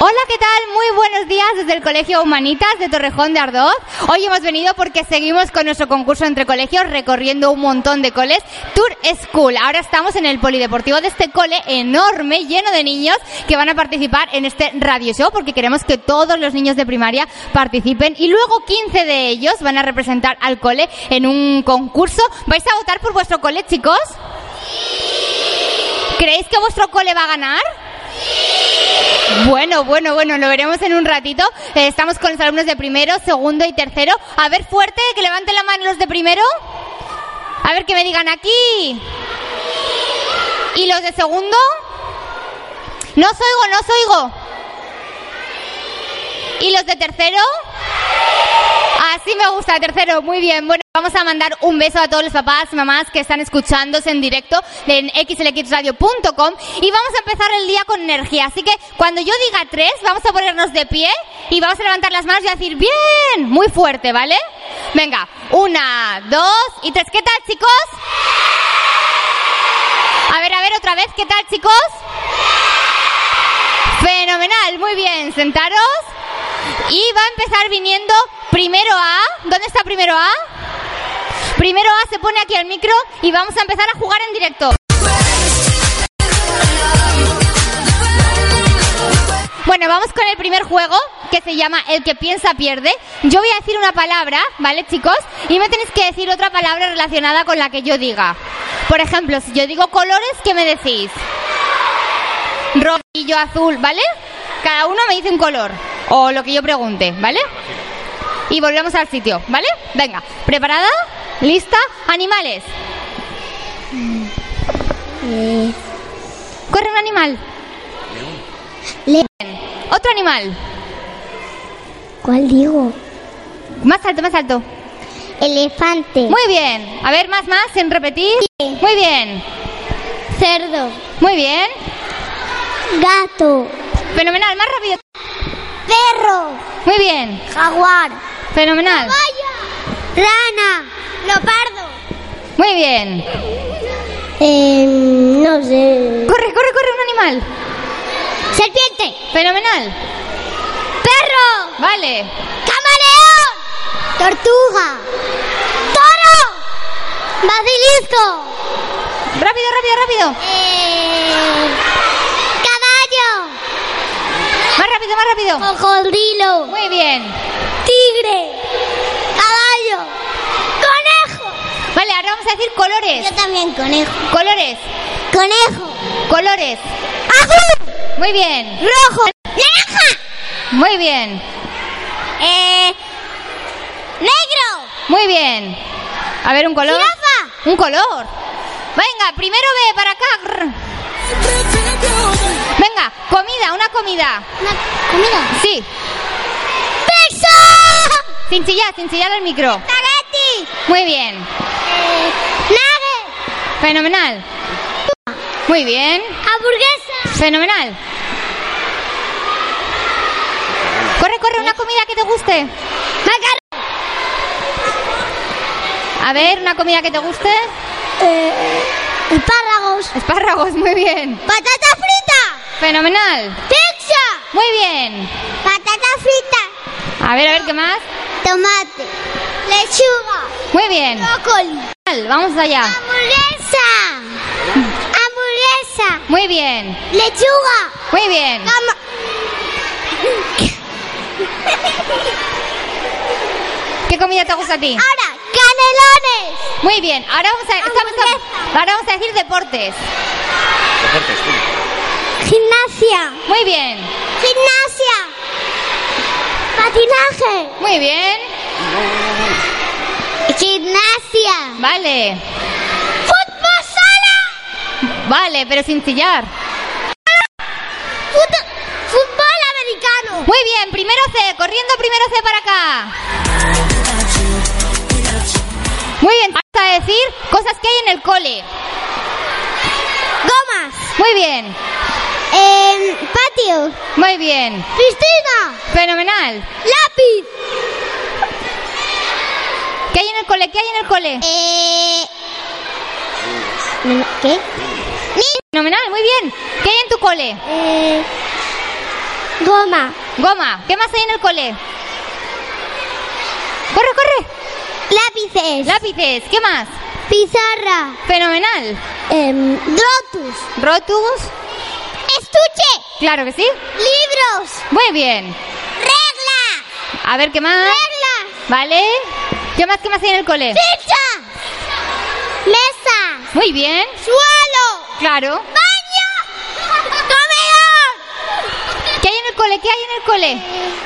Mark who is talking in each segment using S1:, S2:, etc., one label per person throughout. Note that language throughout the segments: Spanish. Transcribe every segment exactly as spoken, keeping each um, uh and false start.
S1: Hola, ¿qué tal? Muy buenos días desde el Colegio Humanitas de Torrejón de Ardoz. Hoy hemos venido porque seguimos con nuestro concurso entre colegios, recorriendo un montón de coles, Tour School. Ahora estamos en el polideportivo de este cole enorme, lleno de niños que van a participar en este radio show, porque queremos que todos los niños de primaria participen y luego quince de ellos van a representar al cole en un concurso. ¿Vais a votar por vuestro cole, chicos? ¿Creéis que vuestro cole va a ganar? Bueno, bueno, bueno, lo veremos en un ratito. Eh, estamos con los alumnos de primero, segundo y tercero. A ver, fuerte, que levanten la mano los de primero. A ver, que me digan aquí. ¿Y los de segundo? No os oigo, no os oigo. ¿Y los de tercero? Así me gusta, tercero, muy bien. Bueno, vamos a mandar un beso a todos los papás y mamás que están escuchándose en directo en equis ele kids radio punto com y vamos a empezar el día con energía. Así que cuando yo diga tres, vamos a ponernos de pie y vamos a levantar las manos y a decir ¡bien! Muy fuerte, ¿vale? Venga, una, dos y tres. ¿Qué tal, chicos? A ver, a ver, otra vez. ¿Qué tal, chicos? Fenomenal, muy bien. Sentaros. Y va a empezar viniendo primero A. ¿Dónde está primero A? Primero A se pone aquí al micro y vamos a empezar a jugar en directo. Bueno, vamos con el primer juego, que se llama El que piensa pierde. Yo voy a decir una palabra, ¿vale, chicos? Y me tenéis que decir otra palabra relacionada con la que yo diga. Por ejemplo, si yo digo colores, ¿qué me decís? Rojo, azul, ¿vale? Cada uno me dice un color. O lo que yo pregunte, ¿vale? Y volvemos al sitio, ¿vale? Venga, ¿preparada? ¿Lista? Animales.
S2: Eh.
S1: Corre un animal.
S2: León.
S1: Otro animal.
S2: ¿Cuál digo?
S1: Más alto, más alto.
S2: Elefante.
S1: Muy bien. A ver, más, más, sin repetir.
S2: Sí.
S1: Muy bien.
S2: Cerdo.
S1: Muy bien.
S2: Gato.
S1: Fenomenal, más rápido.
S2: Perro.
S1: Muy bien.
S2: Jaguar.
S1: Fenomenal.
S2: Vaya. Rana. Leopardo.
S1: Muy bien.
S2: Eh, no sé.
S1: Corre, corre, corre un animal.
S2: Serpiente.
S1: Fenomenal.
S2: Perro.
S1: Vale.
S2: Camaleón. Tortuga. Toro. Basilisco.
S1: Rápido, rápido, rápido.
S2: Eh, caballo.
S1: Más rápido, más rápido.
S2: Cocodrilo.
S1: Muy bien.
S2: Tigre. Caballo. Conejo.
S1: Vale, ahora vamos a decir colores.
S2: Yo también conejo.
S1: Colores.
S2: Conejo.
S1: Colores.
S2: Azul.
S1: Muy bien.
S2: Rojo. Naranja.
S1: Muy bien.
S2: Eh, negro.
S1: Muy bien. A ver, un color.
S2: Jirafa.
S1: Un color. Venga, primero ve para acá. Venga, comida, una comida.
S2: Una comida.
S1: Sí.
S2: Pizza.
S1: Sin chillar, sin chillar el micro.
S2: Spaghetti.
S1: Muy bien.
S2: Eh, nugget.
S1: Fenomenal. Muy bien.
S2: Hamburguesa.
S1: Fenomenal. Corre, corre, una comida que te guste.
S2: Macarrón.
S1: A ver, una comida que te guste.
S2: Eh, espárragos.
S1: Espárragos, muy bien.
S2: Patata frita.
S1: Fenomenal.
S2: Pizza.
S1: Muy bien.
S2: Patata frita.
S1: A ver, a ver, ¿qué más?
S2: Tomate. Lechuga.
S1: Muy bien.
S2: Brócoli.
S1: Vamos allá.
S2: Hamburguesa. Hamburguesa.
S1: Muy bien.
S2: Lechuga.
S1: Muy bien.
S2: Cama.
S1: ¿Qué comida te gusta a ti?
S2: Ahora, canelones.
S1: Muy bien. Ahora vamos a, estamos a- ahora vamos a decir deportes.
S3: Deportes, tú.
S2: Gimnasia.
S1: Muy bien.
S2: Gimnasia. Patinaje.
S1: Muy bien.
S2: Gimnasia.
S1: Vale.
S2: Fútbol sala.
S1: Vale, pero sin chillar.
S2: Fut- fútbol americano.
S1: Muy bien. Primero C. Corriendo primero C para acá. Muy bien. Vamos a decir cosas que hay en el cole.
S2: Gomas.
S1: Muy bien.
S2: Eh, patio.
S1: Muy bien.
S2: Piscina.
S1: Fenomenal.
S2: Lápiz.
S1: ¿Qué hay en el cole? ¿Qué hay en el cole?
S2: Eh, ¿Qué?
S1: Fenomenal, muy bien. ¿Qué hay en tu cole?
S2: Eh, Goma.
S1: Goma. ¿Qué más hay en el cole? ¡Corre, corre!
S2: Lápices.
S1: Lápices. ¿Qué más?
S2: Pizarra.
S1: Fenomenal.
S2: Em, Lotus.
S1: Rotus.
S2: Estuche.
S1: Claro que sí.
S2: Libros.
S1: Muy bien.
S2: Reglas.
S1: A ver, ¿qué más?
S2: Reglas.
S1: ¿Vale? ¿Qué más, qué más hay en el cole?
S2: Fichas. Mesa.
S1: Muy bien.
S2: Suelo.
S1: Claro.
S2: Baño. Comedor.
S1: ¿Qué hay en el cole? ¿Qué hay en el cole?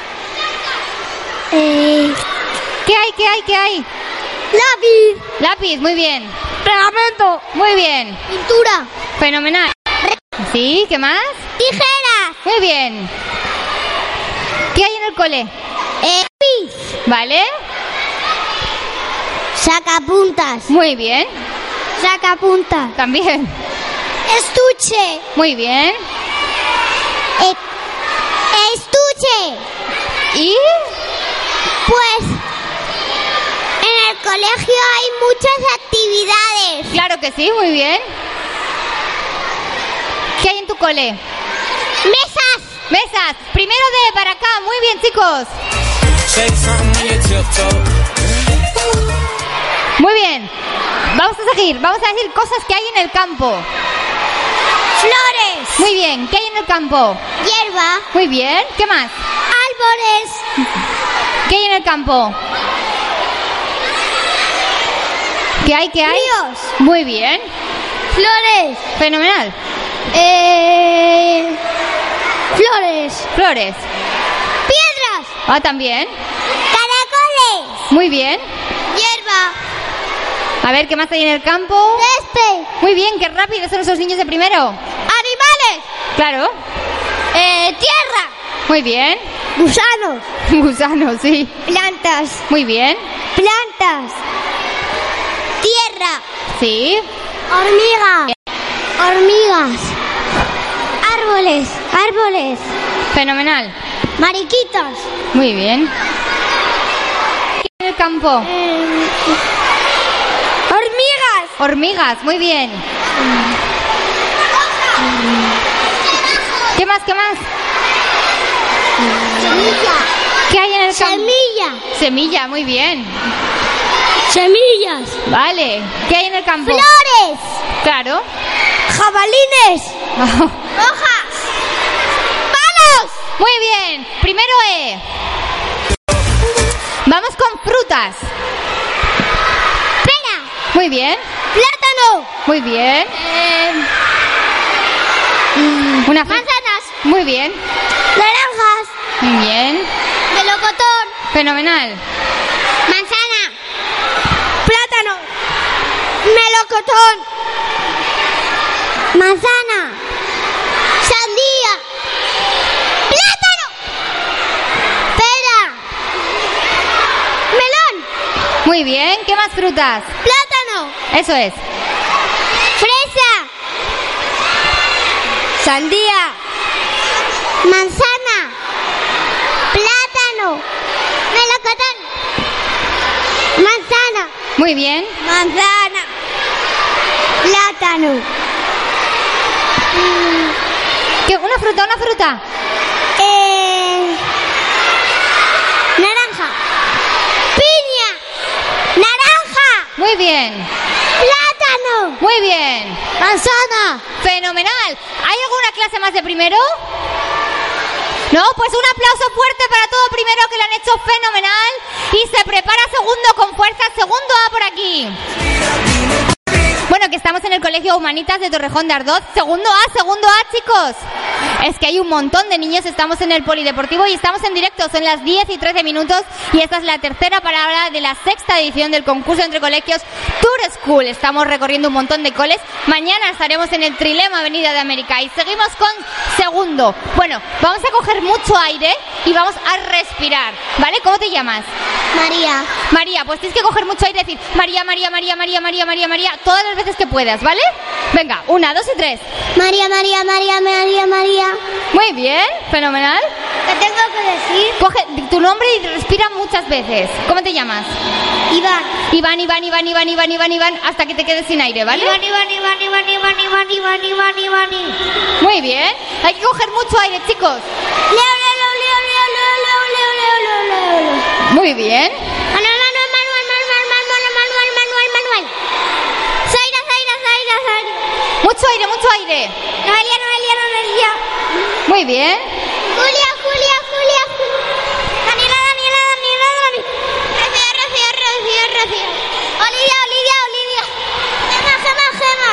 S2: Eh,
S1: ¿Qué hay? ¿Qué hay? ¿Qué hay?
S2: lápiz.
S1: Lápiz, muy bien.
S2: Pegamento.
S1: Muy bien.
S2: Pintura.
S1: Fenomenal. ¿Sí? ¿Qué más?
S2: Tijeras.
S1: Muy bien. ¿Qué hay en el cole?
S2: Eh, Lápiz.
S1: ¿Vale?
S2: Sacapuntas.
S1: Muy bien.
S2: Sacapuntas.
S1: También.
S2: Estuche.
S1: Muy bien.
S2: E- estuche.
S1: ¿Y?
S2: Pues en el colegio hay muchas actividades.
S1: Claro que sí, muy bien. ¿Qué hay en tu cole?
S2: Mesas.
S1: Mesas. Primero de para acá. Muy bien, chicos. Muy bien. Vamos a seguir. Vamos a decir cosas que hay en el campo.
S2: Flores.
S1: Muy bien. ¿Qué hay en el campo?
S2: Hierba.
S1: Muy bien. ¿Qué más?
S2: Árboles.
S1: ¿Qué hay en el campo? ¿Qué hay? ¿Qué hay?
S2: Ríos.
S1: Muy bien.
S2: Flores.
S1: Fenomenal.
S2: Eh, flores.
S1: Flores.
S2: Piedras.
S1: Ah, también.
S2: Caracoles.
S1: Muy bien.
S2: Hierba.
S1: A ver, ¿qué más hay en el campo?
S2: Césped.
S1: Muy bien, qué rápido son esos niños de primero.
S2: Animales.
S1: Claro.
S2: Eh, tierra.
S1: Muy bien.
S2: Gusanos.
S1: Gusanos, sí.
S2: Plantas.
S1: Muy bien.
S2: Plantas. Tierra.
S1: Sí.
S2: Hormiga. Hormigas. Árboles. Árboles.
S1: Fenomenal.
S2: Mariquitas.
S1: Muy bien. ¿Qué hay en el campo?
S2: Eh, hormigas.
S1: Hormigas, muy bien. ¿Qué más, qué más?
S2: Semilla.
S1: ¿Qué hay en el campo?
S2: Semilla.
S1: Semilla, muy bien.
S2: Semillas.
S1: Vale. ¿Qué hay en el campo?
S2: Flores.
S1: Claro.
S2: Jabalines. Hojas. Palos.
S1: Muy bien. Primero E. Vamos con frutas.
S2: Pera.
S1: Muy bien.
S2: Plátano.
S1: Muy bien.
S2: Eh,
S1: Una fru-
S2: manzanas.
S1: Muy bien.
S2: Naranjas.
S1: Muy bien.
S2: Melocotón.
S1: Fenomenal.
S2: Manzana. Plátano. Melocotón. Manzana. Sandía. Plátano. Pera. Melón.
S1: Muy bien. ¿Qué más frutas?
S2: Plátano.
S1: Eso es.
S2: Fresa. Sandía. Manzana. Plátano. Melocotón. Manzana.
S1: Muy bien.
S2: Manzana. Plátano.
S1: ¿Qué? ¿Una fruta? ¿Una fruta?
S2: Eh, naranja. Piña. Naranja.
S1: Muy bien.
S2: Plátano.
S1: Muy bien.
S2: Manzana.
S1: Fenomenal. ¿Hay alguna clase más de primero? No, pues un aplauso fuerte para todo primero, que lo han hecho fenomenal. Y se prepara segundo con fuerza. Segundo A por aquí. Bueno, que estamos en el Colegio Humanitas de Torrejón de Ardoz. Segundo A, segundo A, chicos. Es que hay un montón de niños. Estamos en el Polideportivo y estamos en directo. Son las diez y trece minutos y esta es la tercera palabra de la sexta edición del concurso entre colegios Tour School. Estamos recorriendo un montón de coles. Mañana estaremos en el Trilema Avenida de América y seguimos con segundo. Bueno, vamos a coger mucho aire y vamos a respirar, ¿vale? ¿Cómo te llamas?
S2: María.
S1: María, pues tienes que coger mucho aire y decir María, María, María, María, María, María, María, todas las veces que puedas, ¿vale? Venga, una, dos y tres.
S2: María, María, María, María, María.
S1: Muy bien, fenomenal.
S2: ¿Qué tengo que decir?
S1: Coge tu nombre y respira muchas veces. ¿Cómo te llamas?
S2: Iván.
S1: Iván, Iván, Iván, Iván, Iván, Iván, Iván, hasta que te quedes sin aire, ¿vale?
S2: Iván, Iván, Iván, Iván, Iván, Iván, Iván, Iván, Iván, Iván.
S1: Muy bien. Hay que coger mucho aire, chicos.
S2: Leo, Leo,
S1: Muy bien.
S2: Manuel, Manuel, Manuel, Manuel, Manuel, Manuel, Manuel, Manuel. Zaira, Zaira, Zaira, Zaira.
S1: Mucho aire, mucho aire.
S2: Noelia, Noelia, Noelia.
S1: Muy bien.
S2: Julia, Julia, Julia. Daniela, Daniela, Daniela, Daniela. Rocío, Rocío, Rocío, Rocío. Olivia, Olivia, Olivia. Gema, Gema, Gema.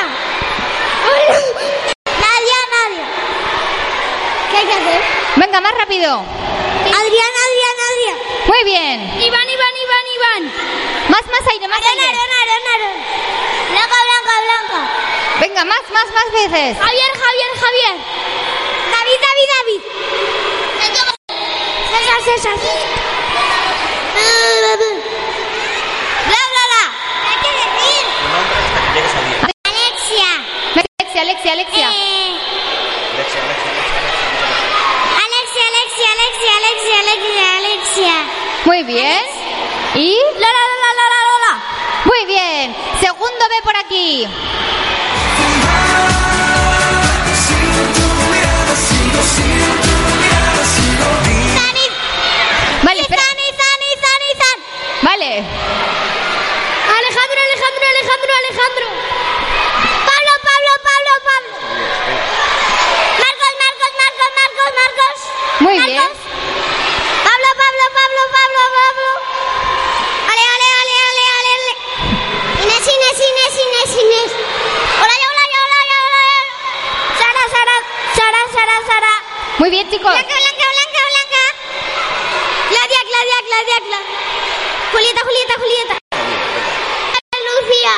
S2: Nadia, Nadia. ¿Qué hay que hacer?
S1: Venga, más rápido.
S2: Adrián, Adrián, Adrián.
S1: Muy bien.
S2: Iván, Iván, Iván, Iván.
S1: Más, más aire, más
S2: Arena,
S1: aire.
S2: arena, arena, arena. Blanca, Blanca, Blanca.
S1: Venga, más, más, más veces.
S2: Javier, Javier, Javier. David, David, David. César, César. Bla, bla, bla. ¿Qué hay que decir?
S3: Tu nombre hasta que llegues a diez.
S2: Alexia.
S1: Alexia, Alexia, Alexia.
S2: Eh,
S3: Alexia, Alexia, Alexia, Alexia,
S2: Alexia, Alexia, Alexia, Alexia, Alexia, Alexia.
S1: Muy bien. Y...
S2: Lola, Lola, Lola, Lola.
S1: Muy bien. Segundo B por aquí.
S2: Zani.
S1: Vale, espera.
S2: Zani, Zani, Zani, Zani.
S1: Vale.
S2: Alejandro, Alejandro, Alejandro, Alejandro. Pablo, Pablo, Pablo, Pablo. Marcos, Marcos, Marcos, Marcos, Marcos.
S1: Muy
S2: Marcos.
S1: bien.
S2: Pablo, Pablo, Pablo, Pablo, Pablo. Ale, ale, ale, ale, ale, ale. Inés, Inés, Inés, Inés, Inés. Hola, hola, hola, hola, hola. Sara, Sara, Sara, Sara, Sara.
S1: Muy bien, chicos.
S2: Blanca, Blanca, Blanca, Blanca. Claudia, Claudia, Claudia, Claudia. Julieta, Julieta, Julieta. Lucía.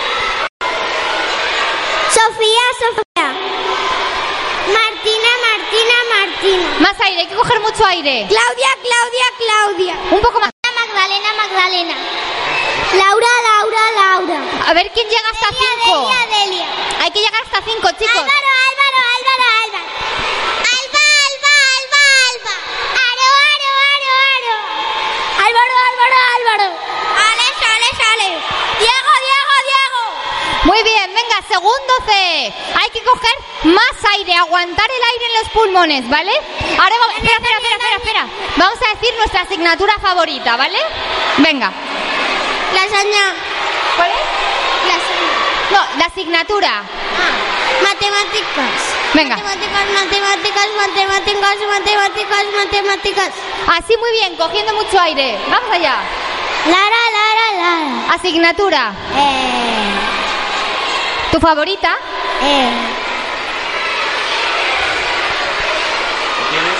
S2: Sofía, Sofía. Martina, Martina, Martina.
S1: Más aire, hay que coger mucho aire.
S2: Claudia, Claudia, Claudia.
S1: Un poco más.
S2: Magdalena, Magdalena. Laura, Laura, Laura.
S1: A ver quién llega hasta cinco.
S2: Delia, Delia.
S1: Hay que llegar hasta cinco, chicos.
S2: Álvaro, Álvaro, Álvaro, Álvaro. Alba, Alba, Alba, Alba. Aro, Aro, Aro, Aro. Álvaro, Álvaro, Álvaro. Alex, Alex, Alex. Diego, Diego, Diego.
S1: Muy bien, venga, segundo C. Hay que coger más aire, aguantar el aire en los pulmones, ¿vale? Ahora vamos, espera, espera, espera, espera, espera. Vamos a decir nuestra asignatura favorita, ¿vale? Venga.
S2: Lasaña.
S1: ¿Cuál es?
S2: Lasaña.
S1: No, la asignatura.
S2: Ah, matemáticas.
S1: Venga.
S2: Matemáticas, matemáticas, matemáticas, matemáticas, matemáticas.
S1: Así muy bien, cogiendo mucho aire. Vamos allá.
S2: Lara, Lara, Lara.
S1: Asignatura.
S2: Eh,
S1: ¿Tu favorita?
S2: eh.
S3: ¿Qué tienes?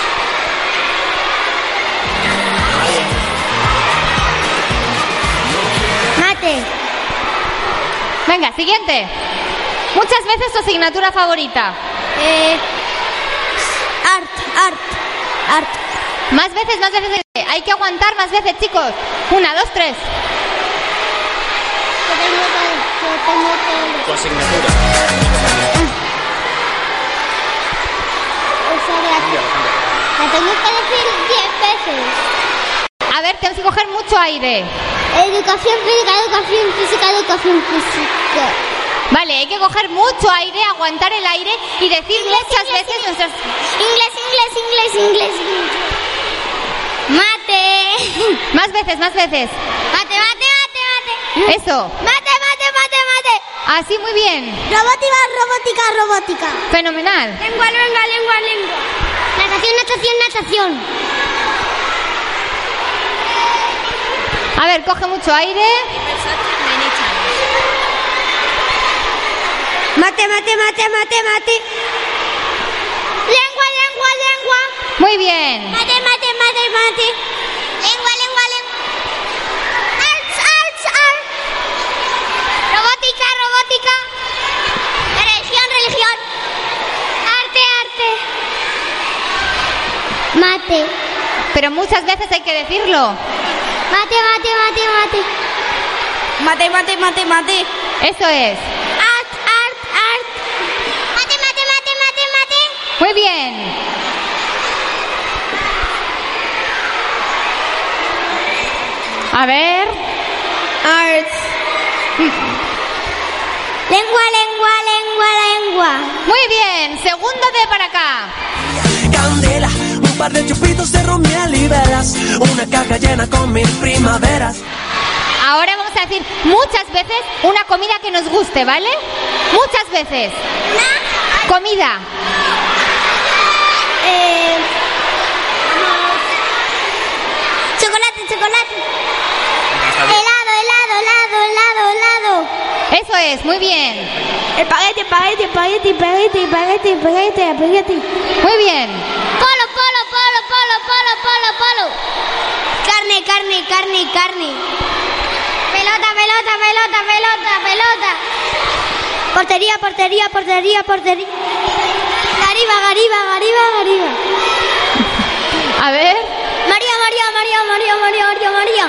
S2: Mate.
S1: Venga, siguiente. Muchas veces tu asignatura favorita.
S2: Eh, art, art, art.
S1: Más veces, más veces. Hay que aguantar más veces, chicos. Una, dos, tres.
S2: Yo tengo que, yo tengo que...
S3: Tu asignatura.
S2: O sea, la,
S3: Cámbialo, cámbialo.
S2: la tengo que decir diez veces.
S1: A ver, tenemos que coger mucho aire.
S2: Educación física, educación física, educación física.
S1: Vale, hay que coger mucho aire, aguantar el aire y decir muchas
S2: inglés,
S1: veces
S2: inglés.
S1: nuestras...
S2: Inglés, inglés, inglés, inglés, inglés. Mate.
S1: Más veces, más veces.
S2: Mate, mate, mate, mate.
S1: Eso.
S2: Mate, mate, mate, mate.
S1: Así, muy bien.
S2: Robótica, robótica, robótica.
S1: Fenomenal.
S2: Lengua, lengua, lengua, lengua. Natación, natación, natación.
S1: A ver, coge mucho aire.
S2: Mate, mate, mate, mate, mate. Lengua, lengua, lengua.
S1: Muy bien.
S2: Mate, mate, mate, mate. Lengua, lengua, lengua. Arts, arts, arts. Robótica, robótica. Religión, religión. Arte, arte. Mate.
S1: Pero muchas veces hay que decirlo.
S2: Mate, mate, mate, mate. Mate, mate, mate, mate.
S1: Eso es.
S2: Art, art, art. Mate, mate, mate, mate, mate.
S1: Muy bien. A ver.
S2: Arts. Lengua, lengua, lengua, lengua.
S1: Muy bien. Segundo de para acá.
S4: Candela, un par de chupitos de ron, miel y velas, una caja llena con mil primaveras.
S1: Ahora vamos a decir muchas veces una comida que nos guste, ¿vale? Muchas veces. Comida.
S2: Eh, chocolate, chocolate. Helado, helado, helado, helado, helado.
S1: Eso es, muy bien.
S2: Espagueti, espagueti, espagueti, espagueti, espagueti, espagueti, espagueti.
S1: Muy bien.
S2: Polo, polo, polo, polo, polo, polo, polo. Carne, carne, carne, carne. Pelota, pelota, pelota, pelota, pelota. Portería, portería, portería, portería. Gariba, gariba, gariba, gariba.
S1: A ver,
S2: María, María, María, María, María, María, María.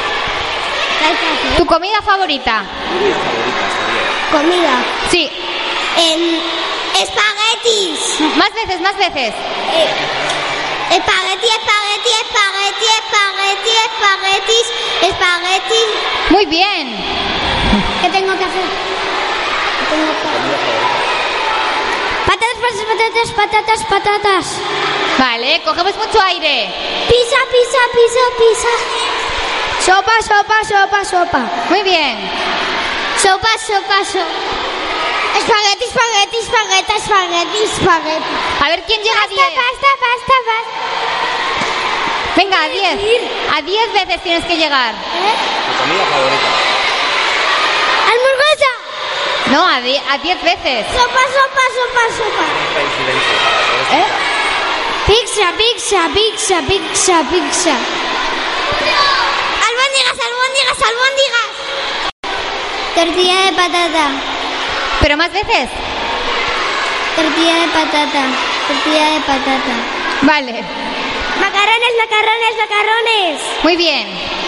S1: tu comida favorita.
S2: Comida.
S1: Sí.
S2: En espaguetis.
S1: Más veces, más veces.
S2: Espagueti, espagueti, espagueti, espagueti, espaguetis, espaguetis.
S1: Muy bien.
S2: ¿Qué tengo que hacer? ¿Qué tengo que hacer? Patatas, patatas, patatas, patatas.
S1: Vale, cogemos mucho aire.
S2: Pizza, pizza, pizza, pizza. Sopa, sopa, sopa, sopa.
S1: Muy bien.
S2: Sopa, sopa, sopa. Espagueti, espagueti, espagueti, espagueti, espagueti.
S1: A ver quién llega a
S2: Pasta,
S1: diez.
S2: pasta, pasta, pasta.
S1: Venga, a diez. A diez veces tienes que llegar.
S2: ¿Eh?
S3: ¿Tu comida favorita?
S2: Hamburguesa.
S1: No, a, di- a diez veces.
S2: Sopa, sopa, sopa, sopa.
S3: Hay silencio para poder
S1: ¿Eh?
S2: Pizza, pizza, pizza, pizza, pizza. Albóndigas, albóndigas, albóndigas. Tortilla de patata.
S1: Pero más veces.
S2: Tortilla de patata. Tortilla de patata.
S1: Vale.
S2: Macarrones, macarrones, macarrones.
S1: Muy bien.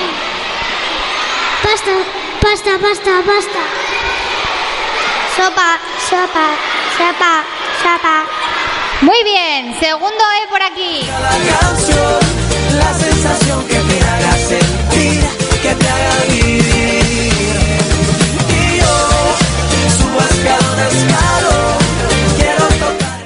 S2: Pasta, pasta, pasta, pasta. Sopa, sopa, sopa, sopa.
S1: Muy bien. Segundo E por aquí.
S4: La canción, la sensación que te haga sentir, que te haga vivir. Y yo subo escalón a escalón, quiero tocar.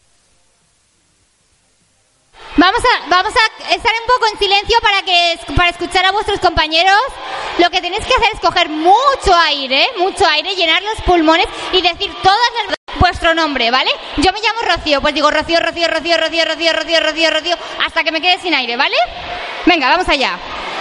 S1: Vamos a, vamos a estar un poco en silencio para que para escuchar a vuestros compañeros. Lo que tenéis que hacer es coger mucho aire, mucho aire, llenar los pulmones y decir todas las vuestro nombre, ¿vale? Yo me llamo Rocío, pues digo Rocío, Rocío, Rocío, Rocío, Rocío, Rocío, Rocío, Rocío, hasta que me quede sin aire, ¿vale? Venga, vamos allá.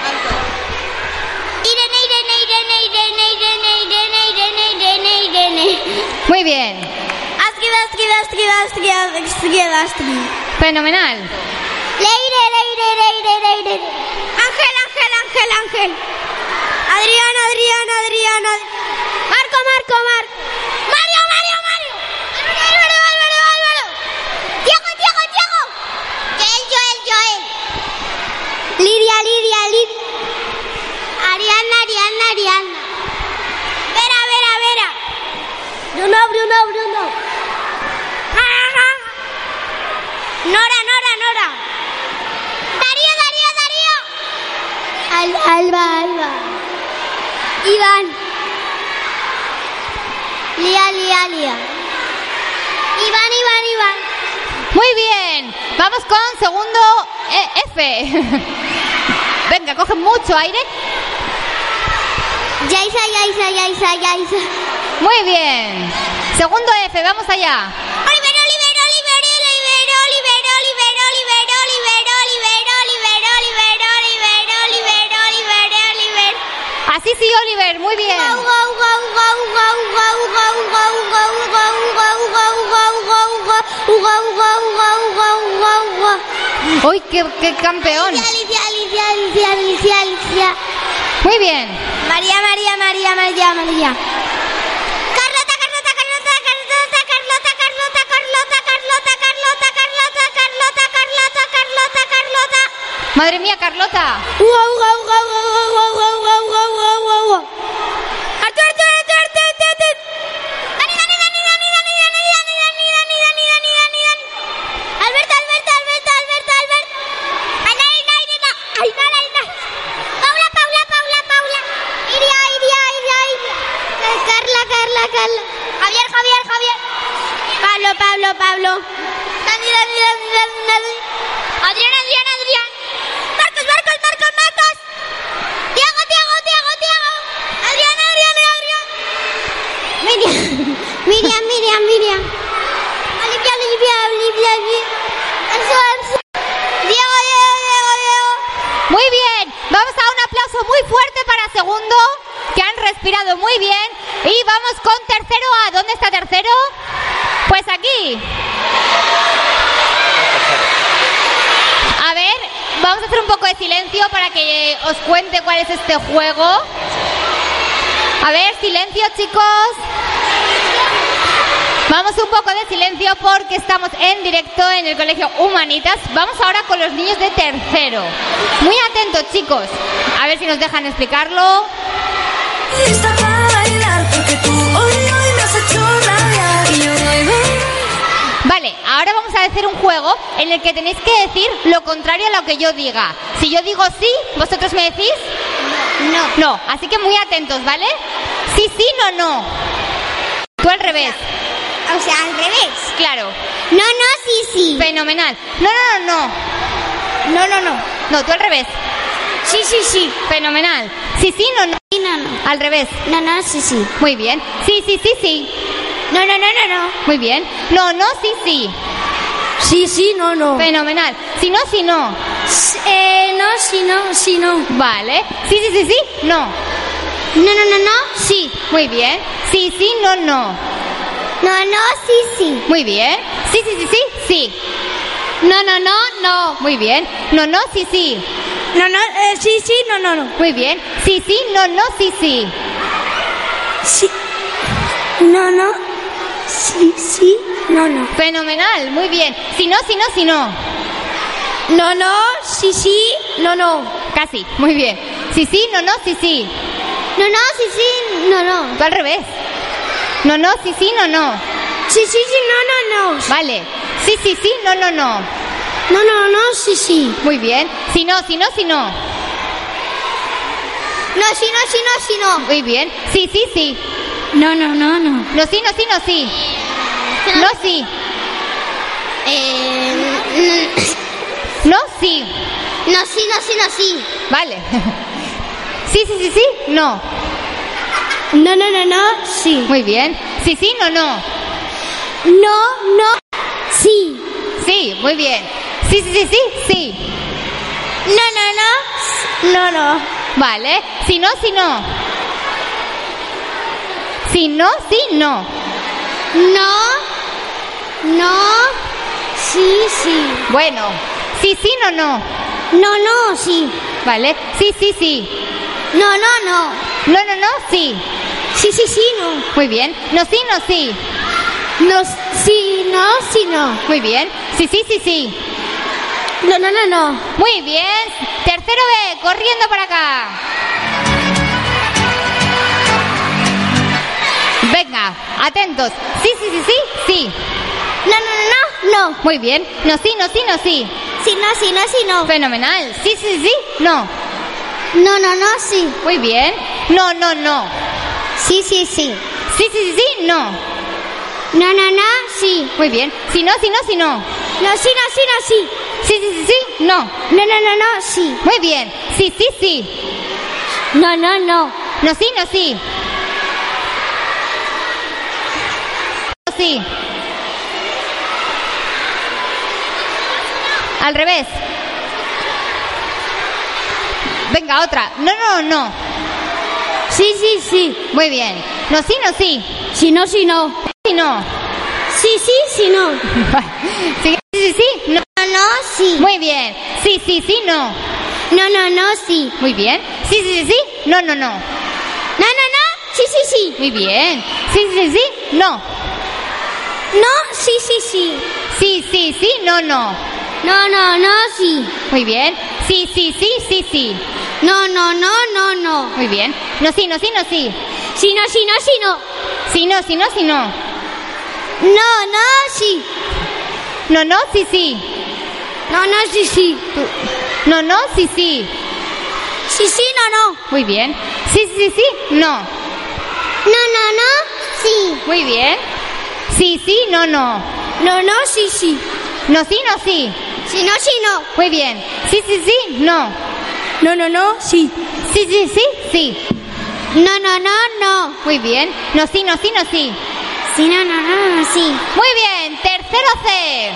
S2: Irene, Irene, Irene, Irene, Irene, Irene, Irene, Irene.
S1: Muy bien.
S2: Astrid, Astrid, Astrid, Astrid, Astrid, Astrid.
S1: Fenomenal.
S2: Leire, Leire, Leire, Leire. Ángel, Ángel, Ángel, Ángel. Adrián, Adrián, Adrián, Adrián. Marco, Marco, Marco. Mario, Mario, Mario. Álvaro, Álvaro, Álvaro, Álvaro. Diego, Diego, Diego. Joel, Joel, Joel. Lidia, Lidia, Lidia. Ariana, Ariana, Ariana. Vera, Vera, Vera. Bruno, Bruno, Bruno. Nora, Nora, Nora. Darío, Darío, Darío. Al, Alba, Alba. Iván. Lía, Lía, Lía. Iván, Iván, Iván.
S1: Muy bien. Vamos con segundo E, F. Venga, coge mucho aire.
S2: Yaisa, Yaisa, Yaisa, Yaisa.
S1: Muy bien. Segundo F, vamos allá.
S2: Oliver, Oliver, Oliver, Oliver, Oliver, Oliver, Oliver, Oliver, Oliver, Oliver, Oliver, Oliver, Oliver, Oliver, Oliver.
S1: Así sí, Oliver, muy bien.
S2: Guau, guau, guau, guau, guau, guau, guau, guau, guau, guau, guau, guau, guau, guau, guau, guau, guau, guau, guau, guau.
S1: Uy, qué, qué campeón.
S2: Alicia, Alicia, Alicia, Alicia, Alicia.
S1: Muy bien.
S2: María, María, María, María, María. Carlota, Carlota, Carlota, Carlota, Carlota, Carlota, Carlota, Carlota, Carlota, Carlota, Carlota, Carlota, Carlota, Carlota.
S1: Madre mía, Carlota.
S2: Guau, guau, guau, guau, guau, guau, guau, guau, guau, guau, guau. Artur, Artur, Artur, Artur, Artur, Artur. Dani, Dani, Dani, Dani, Dani, Dani, Dani, Dani, Dani, Dani, Dani, Dani, Dani. Alberto, Alberto, Alberto, Alberto, Alberto. Aina, Aina, Aina, Aina, Aina. Paula, Paula, Paula, Paula. Iria, Iria, Iria, Iria. Carla, Carla, Carla. Javier, Javier, Javier. Pablo, Pablo, Pablo. Dani, Dani, Dani, Dani, Dani. Adriana,
S1: respirado muy bien. Y vamos con tercero A. ¿Dónde está tercero? Pues aquí. A ver, vamos a hacer un poco de silencio para que os cuente cuál es este juego. A ver, silencio, chicos. Vamos un poco de silencio porque estamos en directo en el Colegio Humanitas. Vamos ahora con los niños de tercero. Muy atentos, chicos. A ver si nos dejan explicarlo.
S5: Lista para bailar porque tú hoy, hoy me has hecho rabiar y yo voy, voy.
S1: Vale, ahora vamos a hacer un juego en el que tenéis que decir lo contrario a lo que yo diga. Si yo digo sí, ¿vosotros me decís? No. No, así que muy atentos, ¿vale? Sí, sí, no, no. Tú al revés.
S2: O sea, al revés.
S1: Claro.
S2: No, no, sí, sí.
S1: Fenomenal. No, no, no, no.
S2: No, no, no.
S1: No, tú al revés.
S2: Sí, sí, sí.
S1: Fenomenal. Sí, sí, no, no.
S2: Sí, no, no.
S1: Al revés.
S2: No, no, sí, sí.
S1: Muy bien. Sí, sí, sí, sí.
S2: No, no, no, no, no.
S1: Muy bien. No, no, sí, sí.
S2: Sí, sí, no, no.
S1: Fenomenal. Si no, si no.
S2: Eh, no, sí, no, sí, no.
S1: Vale. Sí, sí, sí, sí. No.
S2: No, no, no, no.
S1: Sí. Muy bien. Sí, sí, no, no.
S2: No, no, sí, sí.
S1: Muy bien. Sí, sí, sí, sí. Sí.
S2: No, no, no, no.
S1: Muy bien. No, no, sí, sí.
S2: No, no, eh, sí, sí, no, no, no.
S1: Muy bien. Sí, sí, no, no, sí, sí.
S2: Sí. No, no. Sí, sí, no, no.
S1: Fenomenal. Muy bien. Si no, si no, si no.
S2: No, no, sí, sí, no, no.
S1: Casi. Muy bien. Sí, sí, no, no, sí, sí.
S2: No, no, sí, sí, no, no.
S1: Tú al revés. No, no, sí, sí, no, no.
S2: Sí, sí, sí, no, no, no.
S1: Vale. Sí, sí, sí, no, no, no.
S2: No, no, no, sí, sí.
S1: Muy bien. Si no, si no, si no.
S2: No, sí, no, sí, no, sí, no.
S1: Muy bien. Sí, sí, sí.
S2: No, no, no, no.
S1: No, sí, no, sí, no, sí. No, sí.
S2: Eh,
S1: No, sí.
S2: no, sí, no, sí, no, sí.
S1: Vale. Sí, sí, sí, sí. No.
S2: No, no, no, no, sí.
S1: Muy bien. Sí, sí, no, no.
S2: No, no, sí.
S1: Sí, muy bien. Sí, sí, sí, sí, sí.
S2: No, no, no, no, no.
S1: Vale. Si no, si no. Si no, sí, no.
S2: No, no, sí, sí.
S1: Bueno. Sí, sí, no, no.
S2: No, no, sí.
S1: Vale. Sí, sí, sí.
S2: No, no, no.
S1: No, no, no, sí.
S2: Sí, sí, sí, no.
S1: Muy bien. No, sí, no, sí.
S2: No, sí, no, sí, no.
S1: Muy bien. Sí, sí, sí, sí.
S2: No, no, no, no.
S1: Muy bien. Tercero B, corriendo para acá. Venga, atentos. Sí, sí, sí, sí, sí.
S2: No, no, no, no, no.
S1: Muy bien. No, sí, no, sí, no, sí.
S2: Sí, no, sí, no, sí, no.
S1: Fenomenal. Sí, sí, sí, no.
S2: No, no, no, sí.
S1: Muy bien. No, no, no.
S2: Sí, sí, sí.
S1: Sí, sí, sí, sí, no.
S2: No, no, no, sí.
S1: Muy bien. Si no, si no, si no.
S2: No, sí, no, sí, no, sí.
S1: Sí, sí, sí, sí, no.
S2: No, no, no, no, sí.
S1: Muy bien. Sí, sí, sí.
S2: No, no, no.
S1: No, sí, no, sí. No, sí. Al revés. Venga, otra. No, no, no.
S2: Sí, sí, sí.
S1: Muy bien. No, sí, no, sí.
S2: Sí, no, sí, no.
S1: Sí, no.
S2: Sí, sí, sí, no.
S1: Sí, sí, sí, sí, no.
S2: No, no, sí.
S1: Muy bien. Sí, sí, sí, no.
S2: No, no, no, sí.
S1: Muy bien. Sí, sí, sí, sí. No, no, no.
S2: No, no, no. Sí, sí, sí.
S1: Muy bien. Sí, sí, sí, no.
S2: No, sí, sí, sí.
S1: Sí, sí, sí, no, no.
S2: No, no, no, sí.
S1: Muy bien. Sí, sí, sí, sí, sí.
S2: No, no, no, no, no.
S1: Muy bien. No, sí, no, sí, no, sí.
S2: Sí, no, sí, no, sí, no.
S1: Sí, no, sí, no, sí, no.
S2: No, no, sí.
S1: No, no, sí, sí.
S2: No, no, sí, sí.
S1: No, no, sí, sí.
S2: Sí, sí, no, no.
S1: Muy bien. Sí, sí, sí, no.
S2: No, no, no, sí.
S1: Muy bien. Sí, sí, no, no.
S2: No, no, sí, sí.
S1: No, sí, no, sí.
S2: Sí, no, sí, no.
S1: Muy bien. Sí, sí, sí, no.
S2: No, no, no, sí.
S1: Sí, sí, sí, sí.
S2: No, no, no, no.
S1: Muy bien. No, sí, no, sí, no, sí.
S2: Sí, no, no, no, no, sí.
S1: Muy bien. Tercero C.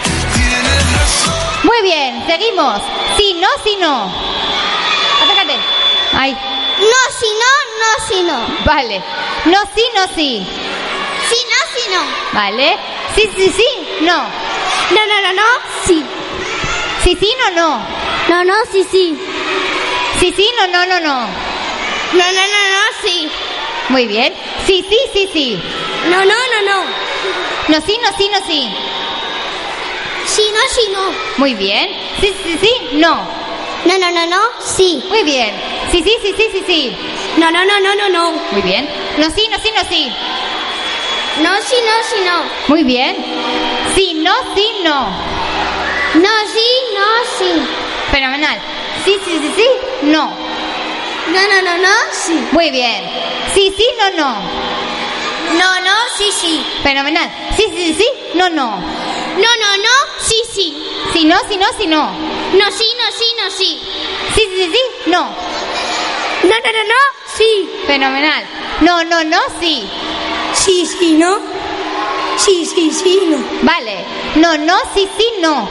S1: Muy bien. Seguimos. Sí, no, sí, no. Acércate. Ay,
S2: No, si no, no, si no.
S1: vale. No, sí, no, sí.
S2: Si no, si no.
S1: Vale. Sí, sí, sí, no.
S2: No, no, no, no, sí.
S1: Sí, sí, no, no.
S2: No, no, sí, sí.
S1: Sí, sí, no, no, no, no.
S2: No, no, no, no, sí.
S1: Muy bien. Sí, sí, sí, sí.
S2: No, no, no, no.
S1: No, sí, no, sí, no, sí.
S2: Si no, si no.
S1: Muy bien. Sí, sí, sí, no.
S2: No, no, no, no, sí.
S1: Muy bien. Sí, sí, sí, sí, sí, sí.
S2: No, no, no, no, no, no.
S1: Muy bien. No, sí, no, sí, no, sí.
S2: No, si no, si no.
S1: Muy bien. Sí, no, sí, no.
S2: No, sí, no, sí.
S1: Fenomenal. Sí, sí, sí, sí, no.
S2: No, no, no, no, sí.
S1: Muy bien. Sí, sí, no, no.
S2: No, no, sí, sí.
S1: Fenomenal. Sí, sí, sí, sí, no, no.
S2: No, no, no, sí, sí.
S1: Si no, si no, si no.
S2: No, sí, no, sí, no, sí.
S1: Sí, sí, sí, sí, no.
S2: No, no, no, no, sí.
S1: Fenomenal. No, no, no, sí.
S2: Sí, sí, no. Sí, sí, sí, no.
S1: Vale. No, no, sí, sí, no.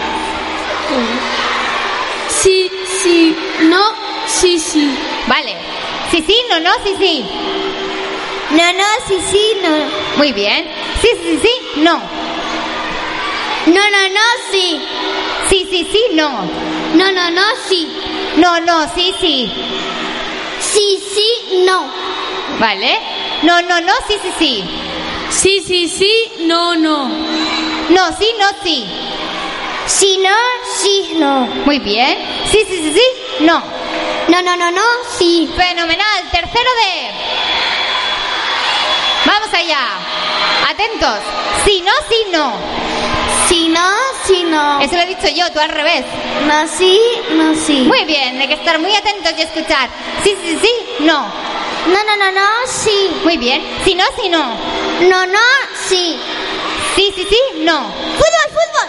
S2: Sí, sí, no, sí, sí.
S1: Vale. Sí, sí, no, no, sí, sí.
S2: No, no, sí, sí, no.
S1: Muy bien. Sí, sí, sí, no.
S2: No, no, no, sí.
S1: Sí, sí, sí, no.
S2: No, no, no, sí.
S1: No, no, sí, sí.
S2: Sí, sí, no.
S1: Vale. No, no, no, sí, sí, sí.
S2: Sí, sí, sí, no, no.
S1: No, sí, no, sí.
S2: Sí, no, sí, no.
S1: Muy bien. Sí, sí, sí, sí, no.
S2: No, no, no, no, sí.
S1: Fenomenal. Tercero de... Vamos allá. Atentos. Sí, no, sí, no.
S2: Sí, no, sí, no.
S1: Eso lo he dicho yo, tú al revés.
S2: No, sí, no, sí.
S1: Muy bien, hay que estar muy atentos y escuchar. Sí, sí, sí, no.
S2: No, no, no, no, sí.
S1: Muy bien. Sí, no, sí, no.
S2: No, no, sí.
S1: Sí, sí, sí, no.
S2: Fútbol, fútbol.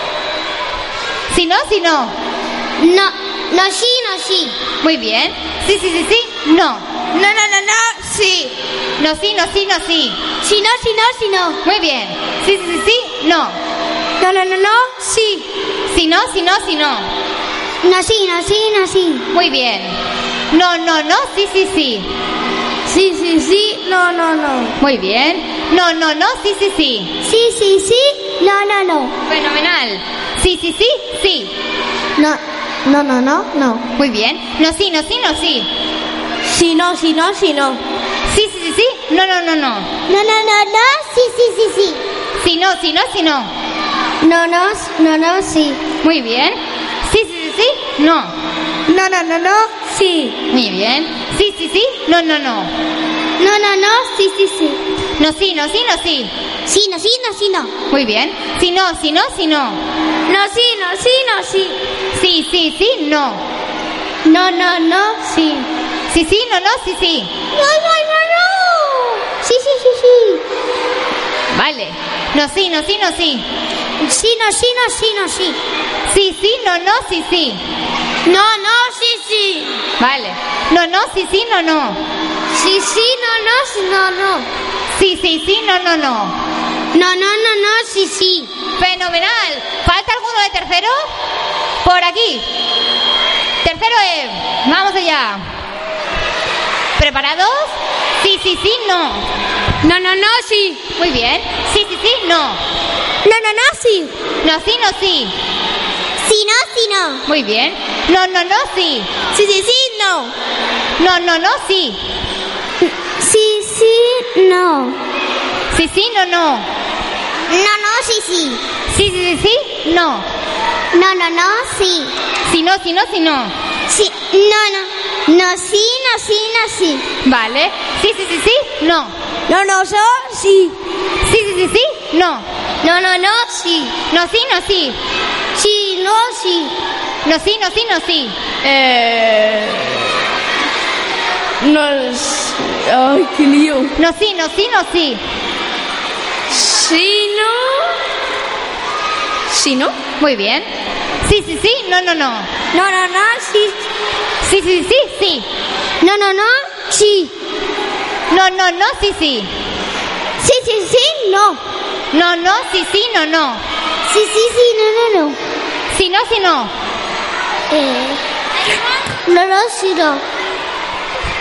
S1: Sí, no, sí, no.
S2: No, no, sí, no, sí.
S1: Muy bien. Sí, sí, sí, sí, no.
S2: No, no, no, no, sí.
S1: No, sí, no, sí, no, sí.
S2: Sí, no, sí, no, sí, no.
S1: Muy bien. Sí, sí, sí, sí, no.
S2: No, no, no, no, sí.
S1: Sí, no, sí, no, sí, no.
S2: No, sí, no, sí, no, sí.
S1: Muy bien. No, no, no, sí, sí, sí.
S2: Sí, sí, sí, no, no, no.
S1: Muy bien. No, no, no, sí, sí, sí.
S2: Sí, sí, sí, no, no, no.
S1: Fenomenal. Sí, sí, sí, sí.
S2: No, no, no, no, no.
S1: Muy bien. No, sí, no, sí, no, sí.
S2: Sí, no, sí, no, sí, no.
S1: Sí, sí, sí, sí. No, no, no, no.
S2: No, no, no, no, sí, sí, sí, sí.
S1: Sí, no, sí, no, sí, no.
S2: No, no, no, no, sí.
S1: Muy bien. Sí, sí, sí, sí. No.
S2: No, no, no, no, sí.
S1: Muy bien. Sí, sí, sí. No, no, no.
S2: No, no, no, sí, sí, sí.
S1: No, sí, no, sí, no, sí.
S2: Sí, no, sí, no, sí, no.
S1: Muy bien. Sí, no, sí, no, sí, no.
S2: No, sí, no, sí, no, sí.
S1: Sí, sí, sí, no.
S2: No, no, no, sí.
S1: Sí, sí, no, no, sí, sí.
S2: No, no, no, no. Sí, sí, sí, sí.
S1: Vale. No, sí, no, sí, no, sí.
S2: Sí, no, sí, no, sí, no, sí.
S1: Sí, sí, no, no, sí, sí.
S2: No, no, sí, sí.
S1: Vale. No, no, sí, sí, no, no.
S2: Sí, sí, no, no, sí, no, no.
S1: Sí, sí, sí, no, no, no.
S2: No, no, no, no, sí, sí.
S1: Fenomenal. ¿Falta alguno de tercero? Por aquí. Tercero E. Vamos allá. ¿Preparados? Sí, sí, sí, no.
S2: No, no, no, sí.
S1: Muy bien. Sí, sí, sí, no.
S2: No, no, no, sí.
S1: No, sí, no, sí.
S2: Sí, no, sí, no.
S1: Muy bien. No, no, no, sí.
S2: Sí, sí, sí, no.
S1: No, no, no, sí.
S2: Sí, sí, no.
S1: Sí, sí, no, no.
S2: No, no, sí, sí.
S1: Sí, sí, sí, sí, no.
S2: No, no, no, sí.
S1: Sí, no, sí, no, sí, no.
S2: Sí, no, no. No, sí, no, sí, no, sí.
S1: Vale. Sí, sí, sí, sí, no.
S2: No, no, so, sí.
S1: Sí, sí, sí, sí, no.
S2: No, no, no, sí.
S1: No, sí, no, sí.
S2: Sí, no, sí.
S1: No, sí, no, sí, no, sí.
S2: Eh... No, es... Ay, qué lío.
S1: No, sí, no, sí, no, sí.
S2: Sí, no. Sí, no.
S1: Muy bien. Sí, sí, sí, no, no, no.
S2: No, no, no, sí.
S1: Sí, sí, sí, sí.
S2: No, no, no, sí.
S1: No, no, no, sí, sí.
S2: Sí, sí, sí, no.
S1: No, no, sí, sí, no, no.
S2: Sí, sí, sí, no, no, no.
S1: Sí, no, sí, no.
S2: Eh... No, no, sí, no.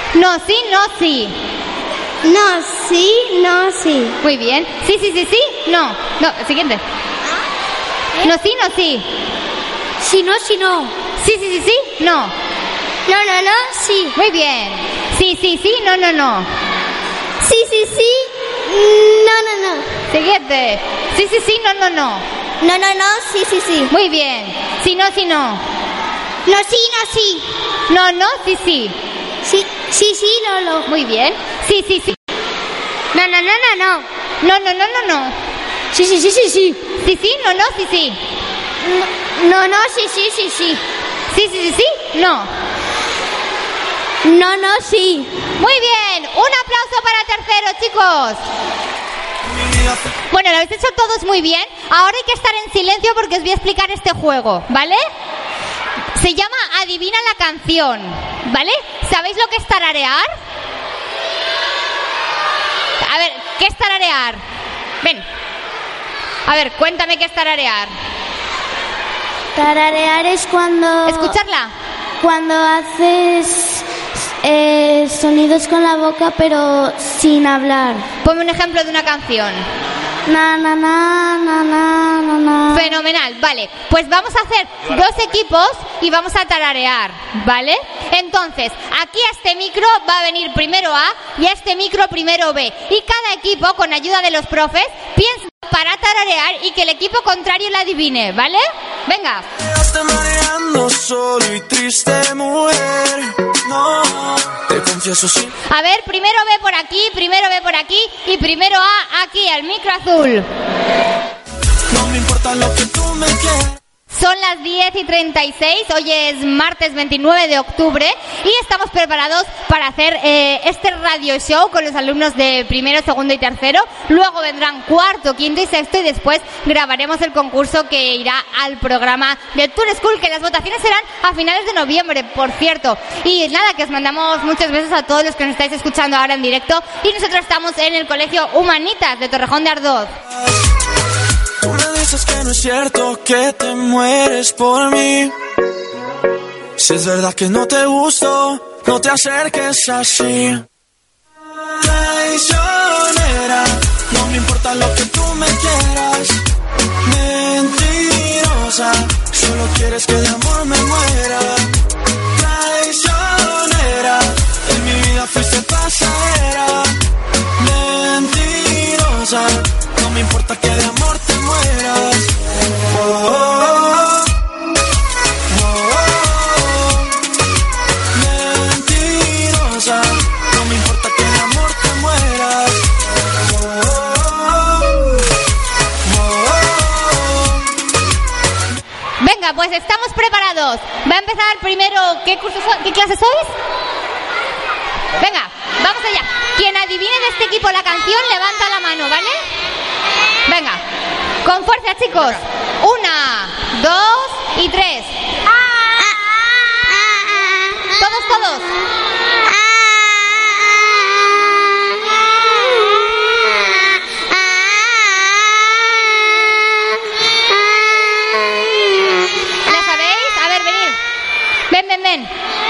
S1: No, sí, no, sí.
S2: No, sí, no, sí.
S1: Muy bien. Sí, sí, sí, sí. No. No, siguiente. No, sí, no, sí.
S2: Si no, si no.
S1: Sí, sí, sí, sí. No.
S2: No, no, no, sí.
S1: Muy bien. Sí, sí, sí. No, no, no.
S2: Sí, sí, sí. No, no, no.
S1: Siguiente. Sí, sí, sí. No, no, no.
S2: No, no, no, sí, sí, sí.
S1: Muy bien. Sí, no, sí, no.
S2: No, sí, no, sí.
S1: No, no, sí, sí.
S2: Sí, sí, sí, no, no.
S1: Muy bien. Sí, sí, sí.
S2: No, no, no, no, no.
S1: No, no, no, no, no.
S2: Sí, sí, sí, sí, sí.
S1: Sí, sí, no, no, sí, sí.
S2: No, no, sí, sí, sí, sí.
S1: Sí, sí, sí, sí. No.
S2: No, no, sí.
S1: Muy bien. Un aplauso para tercero, chicos. Bueno, lo habéis hecho todos muy bien. Ahora hay que estar en silencio porque os voy a explicar este juego, ¿vale? Se llama Adivina la canción, ¿vale? ¿Sabéis lo que es tararear? A ver, ¿qué es tararear? Ven. A ver, cuéntame qué es tararear.
S2: Tararear es cuando...
S1: ¿Escucharla?
S2: Cuando haces eh, sonidos con la boca pero sin hablar.
S1: Ponme un ejemplo de una canción.
S2: Na, na, na, na, na, na, na.
S1: Fenomenal, vale. Pues vamos a hacer dos equipos y vamos a tararear, ¿vale? Entonces, aquí a este micro va a venir primero A y a este micro primero B. Y cada equipo, con ayuda de los profes, piensa para tararear y que el equipo contrario la adivine, ¿vale? Venga.
S4: Estás mareando solo y triste, mujer. No, te confieso sin...
S1: A ver, primero B por aquí, primero B por aquí y primero A aquí, al micro azul.
S4: No me importa lo que tú me quieras.
S1: Son las diez y treinta y seis, hoy es martes veintinueve de octubre y estamos preparados para hacer eh, este radio show con los alumnos de primero, segundo y tercero. Luego vendrán cuarto, quinto y sexto y después grabaremos el concurso que irá al programa de Tour School, que las votaciones serán a finales de noviembre, por cierto. Y nada, que os mandamos muchos besos a todos los que nos estáis escuchando ahora en directo y nosotros estamos en el Colegio Humanitas de Torrejón de Ardoz.
S4: Tú me dices que no es cierto que te mueres por mí. Si es verdad que no te gusto, no te acerques así. Traicionera, no me importa lo que tú me quieras. Mentirosa, solo quieres que de amor me muera. Traicionera, en mi vida fuiste pasajera. Mentirosa, no me importa que de amor te mueras. Oh, oh, oh. Oh, oh. Mentirosa, no me importa que de amor te mueras. Oh, oh, oh.
S1: Venga, pues estamos preparados. Va a empezar primero, ¿qué curso so- qué clase sois? Venga, vamos allá. Quien adivine de este equipo la canción, levanta la mano, ¿vale? Venga, con fuerza, chicos. Una, dos y tres. Todos, todos. ¿La sabéis? A ver, venid. Ven, ven, ven.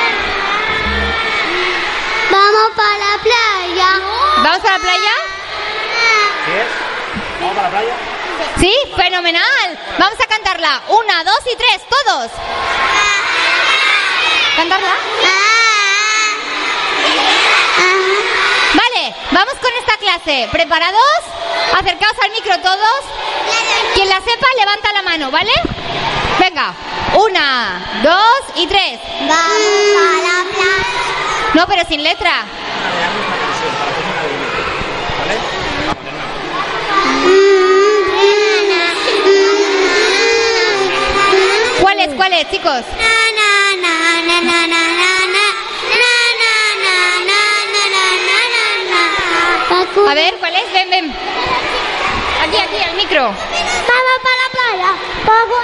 S2: Vamos para la playa.
S1: ¿Vamos a la playa?
S3: ¿Sí es? ¿Vamos a la playa?
S1: Sí, fenomenal. Vamos a cantarla. Una, dos y tres, todos. ¿Cantarla? Vale, vamos con esta clase. ¿Preparados? Acercaos al micro todos. Quien la sepa, levanta la mano, ¿vale? Venga. Una, dos y tres.
S2: Vamos para la playa.
S1: No, pero sin letra. ¿Cuáles, cuáles, chicos? A ver, ¿cuál es? Ven, ven. Aquí, aquí, al micro.
S2: Vamos para la playa. Vamos.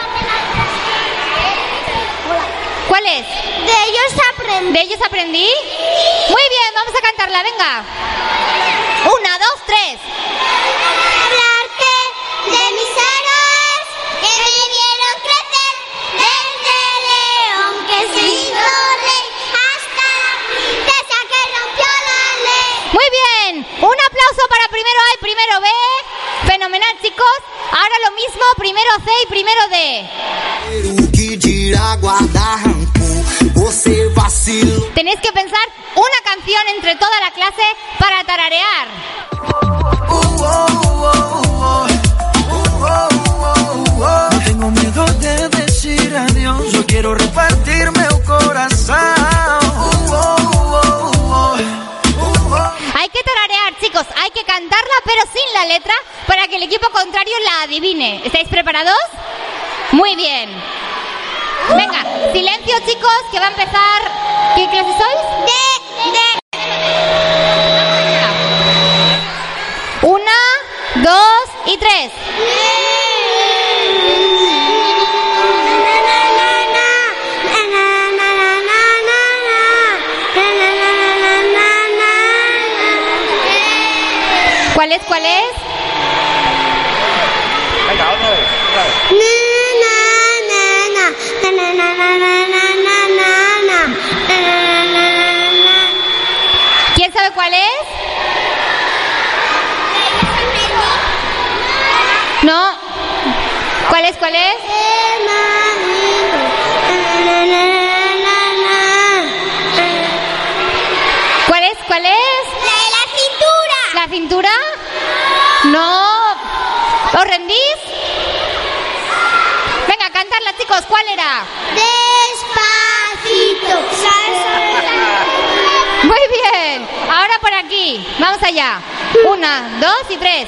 S1: ¿Cuál es?
S2: De ellos aprendí.
S1: ¿De ellos aprendí? Muy bien, vamos a cantarla, venga. Una, dos, tres.
S2: Hablarte de mis héroes que me vieron crecer desde león que se hizo rey hasta la princesa que rompió
S1: C y primero D. Tenéis que pensar una canción entre toda la clase para tararear.
S4: No tengo miedo de decir adiós, yo quiero repartirme un corazón.
S1: Hay que tararear, chicos, hay que cantarla pero sin la letra para que el equipo contrario la adivine. ¿Estáis preparados? Muy bien. Venga, silencio, chicos, que va a empezar. ¿Qué clase sois?
S2: De, de.
S1: Una, dos y tres. ¿Cuál es? ¿Cuál es?
S3: Venga, otra vez, otra vez.
S1: ¿Quién sabe cuál es? No. ¿Cuál es? ¿Cuál es? ¿Cuál es? ¿Cuál es?
S2: La de la cintura.
S1: ¿La cintura? No. ¿Os rendís? Venga, cantarla, chicos. ¿Cuál era?
S2: Despacito.
S1: Muy bien. Ahora por aquí. Vamos allá. Una, dos y tres.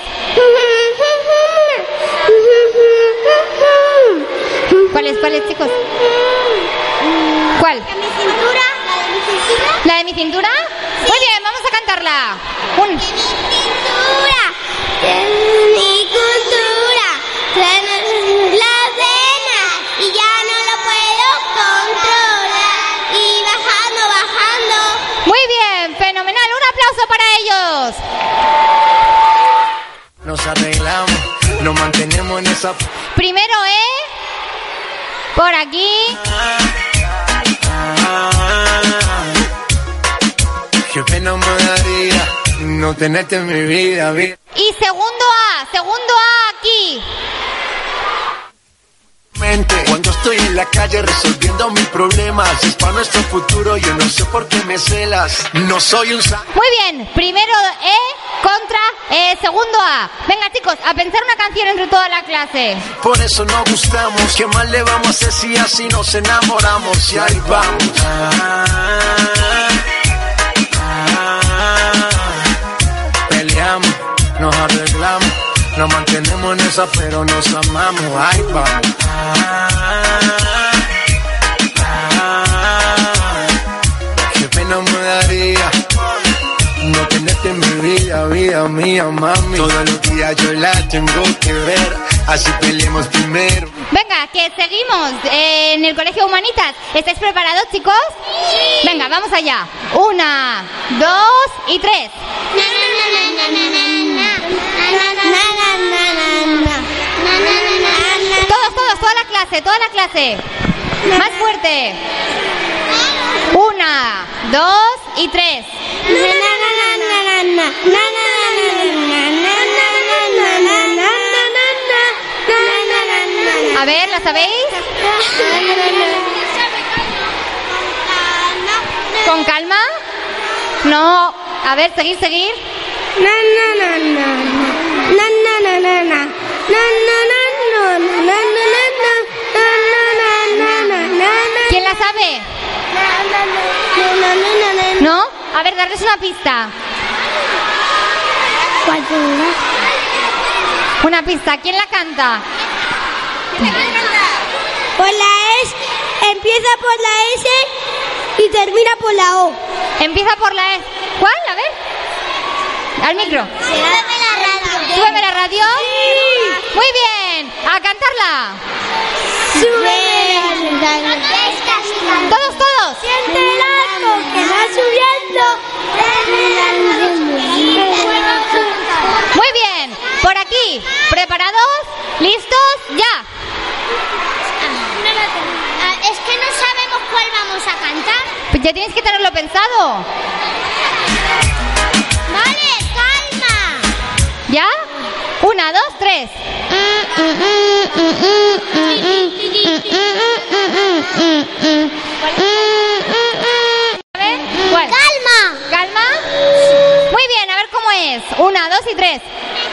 S1: ¿Cuál es? ¿Cuál es, chicos? ¿Cuál?
S2: La de mi cintura. La de mi cintura.
S1: ¿La de mi cintura? Muy bien, vamos a cantarla. Un...
S2: De mi cintura. De mi cultura. La vena. Y ya no lo puedo controlar. Y bajando, bajando.
S1: Muy bien, fenomenal. Un aplauso para ellos.
S4: Nos arreglamos, nos mantenemos en esa...
S1: Primero, ¿eh? Por aquí.
S4: Qué pena me daría no tenerte en mi vida, vida.
S1: Y segundo A, segundo A aquí.
S4: Cuando estoy en la calle resolviendo mis problemas, es para nuestro futuro, yo no sé por qué me celas. No soy un sa...
S1: Muy bien, primero E contra eh, segundo A. Venga, chicos, a pensar una canción entre toda la clase.
S4: Por eso nos gustamos, ¿qué más le vamos a hacer si así nos enamoramos? Y ahí vamos. Peleamos, nos arreglamos, nos mantenemos en esa, pero nos amamos. Ahí vamos. Qué pena me daría no tenerte en mi vida, vida mía, mami. Todos los días yo la tengo que ver, así peleemos primero.
S1: Venga, que seguimos eh, en el Colegio Humanitas. ¿Estáis preparados, chicos? Sí. Venga, vamos allá. Una, dos y tres. Todos, todos, toda la clase, toda la clase. Más fuerte. Una, dos y tres. A ver, ¿la sabéis? ¿Con calma? No. A ver, seguir, seguir. ¿Quién la sabe? ¿No? A ver, darles una pista. Una pista. ¿Quién la canta?
S2: Por la S, empieza por la S y termina por la O.
S1: Empieza por la E. ¿Cuál? A ver. Al micro.
S2: Súbeme la radio.
S1: ¿Súbeme la radio?
S2: Sí.
S1: Muy bien. A cantarla.
S2: Súbeme la radio.
S1: Todos, todos.
S2: Siente el arco que va subiendo.
S1: Muy bien. Por aquí. ¿Preparados? ¿Listos? Ya.
S2: Es que no sabemos cuál vamos a cantar.
S1: Pues ya tienes que tenerlo pensado.
S2: Vale, calma.
S1: ¿Ya? Una, dos, tres.
S2: Mm,
S1: A ver, ¿cuál?
S2: Calma.
S1: ¿Calma? Muy bien, a ver cómo es. Una, dos y tres.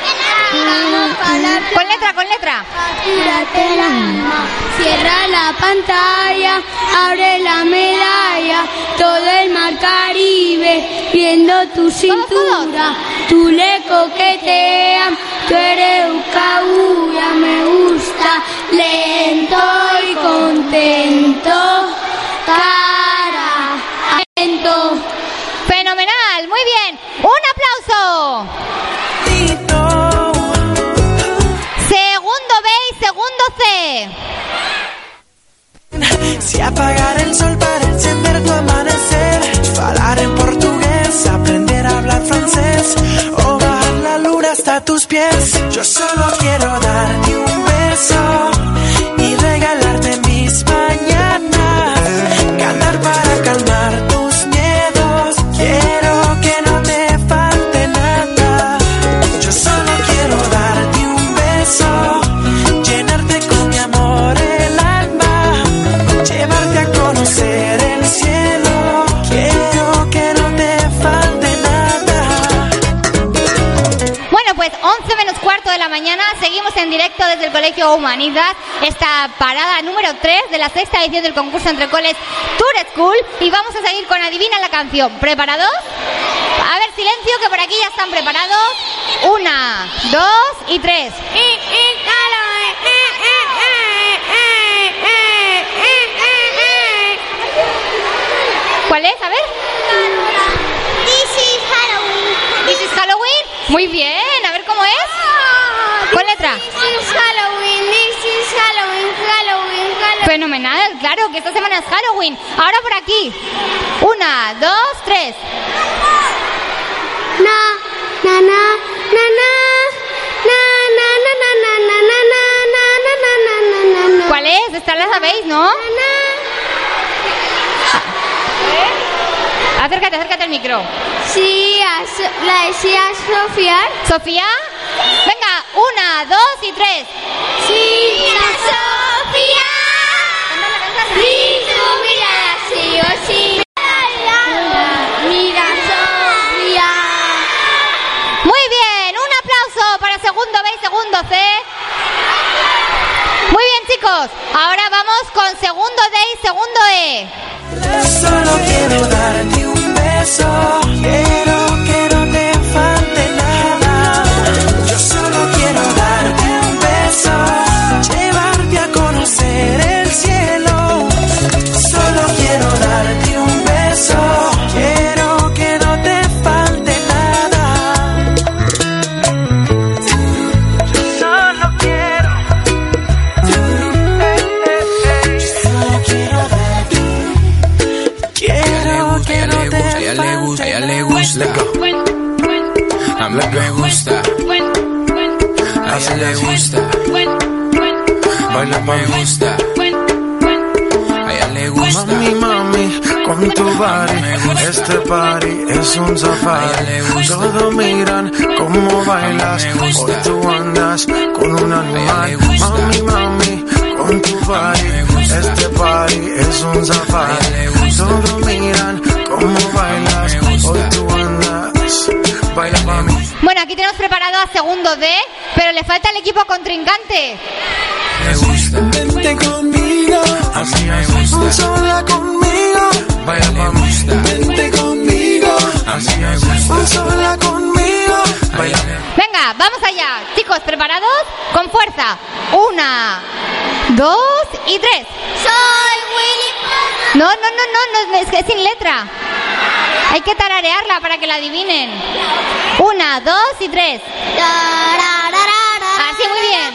S1: Con letra, con letra.
S6: Apúrate el alma, cierra la pantalla, abre la medalla, todo el mar Caribe, viendo tu cintura, tú le coqueteas, tú eres un cabuya, me gusta, lento y contento, cara, atento.
S1: Fenomenal, muy bien. Un aplauso. Segundo B y segundo C.
S4: Si apagar el sol para encender tu amanecer, hablar en portugués, aprender a hablar francés, o bajar la luna hasta tus pies. Yo solo quiero darte un beso y regalarte mis mañanas, cantar para calmar tus miedos. Quiero que no te falte nada. Yo solo quiero darte un beso, llenarte con mi amor el alma, llevarte a conocer el cielo. Quiero que no te falte nada.
S1: Bueno, pues once menos cuarto de la mañana, seguimos en directo desde el Colegio Humanitas, esta parada número tres de la sexta edición del concurso entre coles Tour School, y vamos a seguir con Adivina la canción. ¿Preparados? A ver, silencio, que por aquí ya están preparados. Una, dos y tres. ¿Cuál es? A ver.
S2: This is Halloween.
S1: ¿This is Halloween? Muy bien, a ver cómo es. ¿Cuál letra?
S6: This is Halloween, this is Halloween, Halloween, Halloween.
S1: Fenomenal, claro, que esta semana es Halloween. Ahora por aquí. Una, dos, tres.
S6: Na, na, na, na, na, na, na, na, na, na, na, na, na, na, na, na, na.
S1: ¿Cuál es? Esta la sabéis, ¿no? Acércate, acércate al micro.
S6: Sí, a So- la decía Sofía.
S1: ¿Sofía? Venga, una, dos y tres.
S6: Sí, la Sofía. Sí, tu mirada, sí o sí. Mira, Sofía.
S1: Muy bien, un aplauso para segundo B y segundo C. Muy bien, chicos. Ahora vamos con segundo D y segundo E.
S4: Solo quiero darte un beso, quiero que no te falte nada. Yo solo quiero darte un beso, llevarte a conocer el cielo. Solo quiero darte un beso, quiero que no te falte nada. Yo solo quiero, solo quiero darte. Quiero que no te
S7: A ella le gusta, a ella le gusta. A mí me gusta. A ella le gusta. Baila me gusta. A ella le gusta.
S8: Mami, mami, con tu body, este party es un safari. Todos miran cómo bailas, hoy tú andas con un animal. Mami, mami, con tu body, este party es un safari. Todos miran cómo bailas, hoy tú andas. Baila, mami.
S1: Bueno, aquí tenemos preparado a segundo D, pero le falta el equipo contrincante.
S7: Me gusta.
S4: Vente conmigo,
S7: Así me gusta.
S4: sola conmigo.
S7: Baila me gusta.
S4: Vente conmigo,
S7: Así me gusta.
S4: sola conmigo.
S7: Baila
S1: Venga, vamos allá. Chicos, ¿preparados? Con fuerza. Una, dos y tres.
S2: Soy Willy.
S1: No, no, no, no, no, es que es sin letra. Hay que tararearla para que la adivinen. Una, dos y tres. Así, muy bien.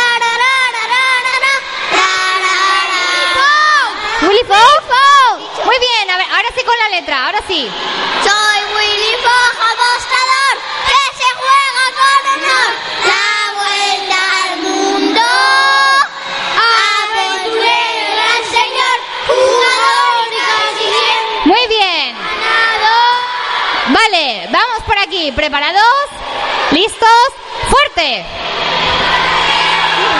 S1: Willy Fox. Muy bien, a ver, ahora sí con la letra, ahora sí.
S2: Soy Willy Fox, apostador, que se juega con honor la vuelta al mundo. Aventurero, gran señor, jugador y casi siempre
S1: Muy bien.
S2: ganador.
S1: Vale, vamos por aquí. ¿Preparados? ¿Listos? ¡Fuerte!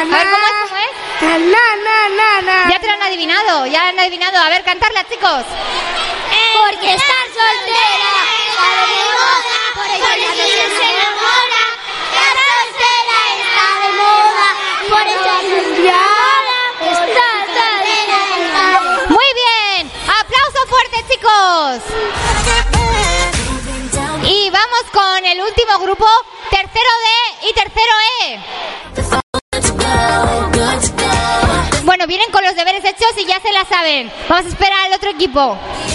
S1: A ver, ¿cómo es? ¿Cómo es?
S6: Na, na, na, na.
S1: Ya te lo han adivinado, ya han adivinado. A ver, cantarla, chicos.
S2: Porque estar soltera está de moda, por eso nadie se enamora. Estar soltera está de moda, por eso soltera está soltera.
S1: Muy bien, aplauso fuerte, chicos. Y vamos con el último grupo, tercero D y tercero E. Bueno, vienen con los deberes hechos y ya se la saben. Vamos a esperar al otro equipo.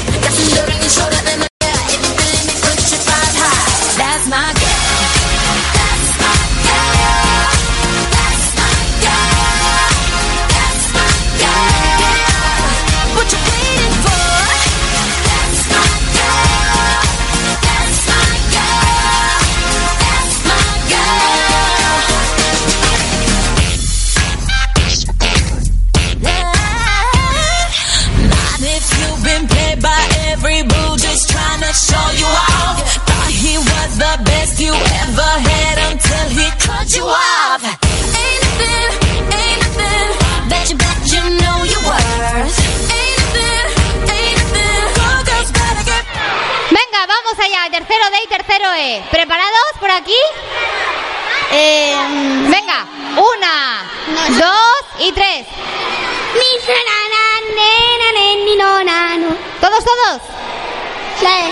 S5: Show you off. Thought he was the best you ever had until he cut you off. Ain't nothing, ain't nothing that you bet you know you're worth. Ain't nothing, ain't nothing. All girls gotta get.
S1: Venga, vamos allá, tercero D y tercero E. ¿Preparados por aquí?
S2: Eh,
S1: Venga, una, dos y tres.
S2: mi sanana, nena, neni, no, nano.
S1: ¿Todos, todos?
S2: ¿Sabes?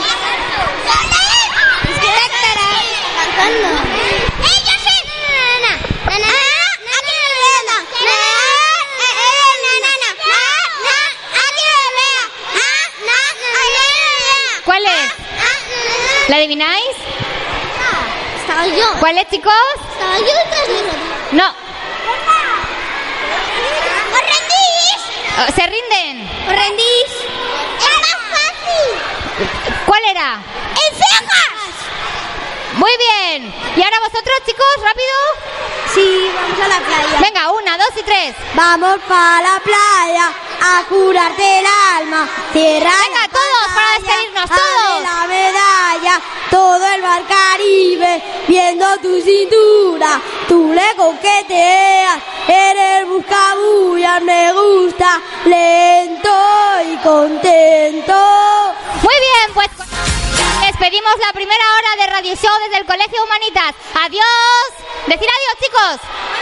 S2: Cantando. ¡Eh, yo sé! ¡Na, na, na, na! ¡Aquí no le veo! ¡Na, na, na, na! ¡Aquí no le veo! ¡Na, na, na!
S1: ¿Cuál es? ¿La adivináis?
S2: Estaba yo.
S1: ¿Cuál es, chicos?
S2: Estaba yo detrás de Rodrigo.
S1: No.
S2: ¿Os rendís?
S1: Oh, ¿se rinden?
S2: ¿Os rendís? Es más fácil.
S1: ¿Cuál era?
S2: ¡En cejas!
S1: Muy bien. ¿Y ahora vosotros, chicos, rápido?
S2: Sí, vamos a la playa.
S1: Venga, una, dos y tres.
S6: Vamos para la playa a curarte el alma. Cierra
S1: Venga,
S6: la
S1: todos, para
S6: pantalla,
S1: despedirnos,
S6: abre
S1: todos.
S6: la medalla, todo el mar Caribe, viendo tu cintura. Tú le coqueteas, eres buscabullas, me gusta, lento y contento.
S1: Muy bien, pues despedimos la primera hora de Radio Show desde el Colegio Humanitas. Adiós. Decir adiós, chicos.